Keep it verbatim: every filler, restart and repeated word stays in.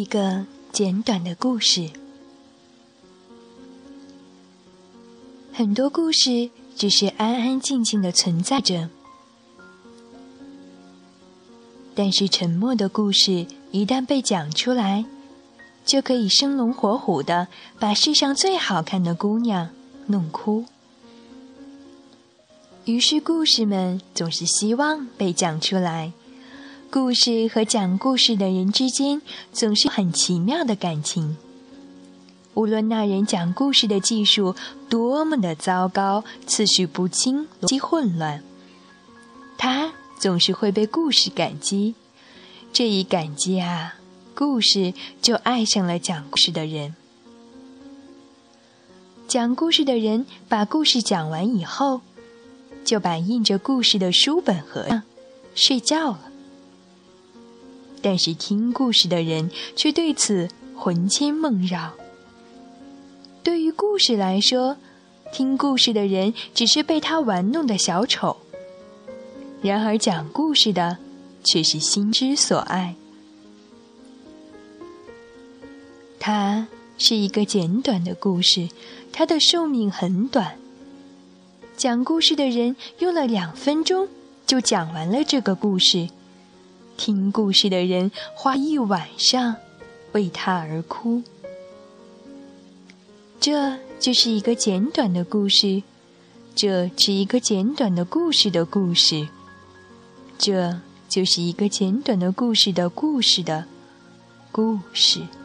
个简短的故事。很多故事只是安安静静地存在着，但是沉默的故事一旦被讲出来，就可以生龙活虎地把世上最好看的姑娘弄哭。于是故事们总是希望被讲出来，故事和讲故事的人之间总是很奇妙的感情。无论那人讲故事的技术多么的糟糕，次序不清，逻辑混乱，他总是会被故事感激。这一感激啊，故事就爱上了讲故事的人。讲故事的人把故事讲完以后，就把印着故事的书本合上，睡觉了。但是听故事的人却对此魂牵梦绕。对于故事来说，听故事的人只是被他玩弄的小丑，然而讲故事的却是心之所爱。它是一个简短的故事，它的寿命很短。讲故事的人用了两分钟就讲完了这个故事，听故事的人花一晚上为它而哭。这就是一个简短的故事，这是一个简短的故事的故事，这就是一个简短的故事的故事的故事。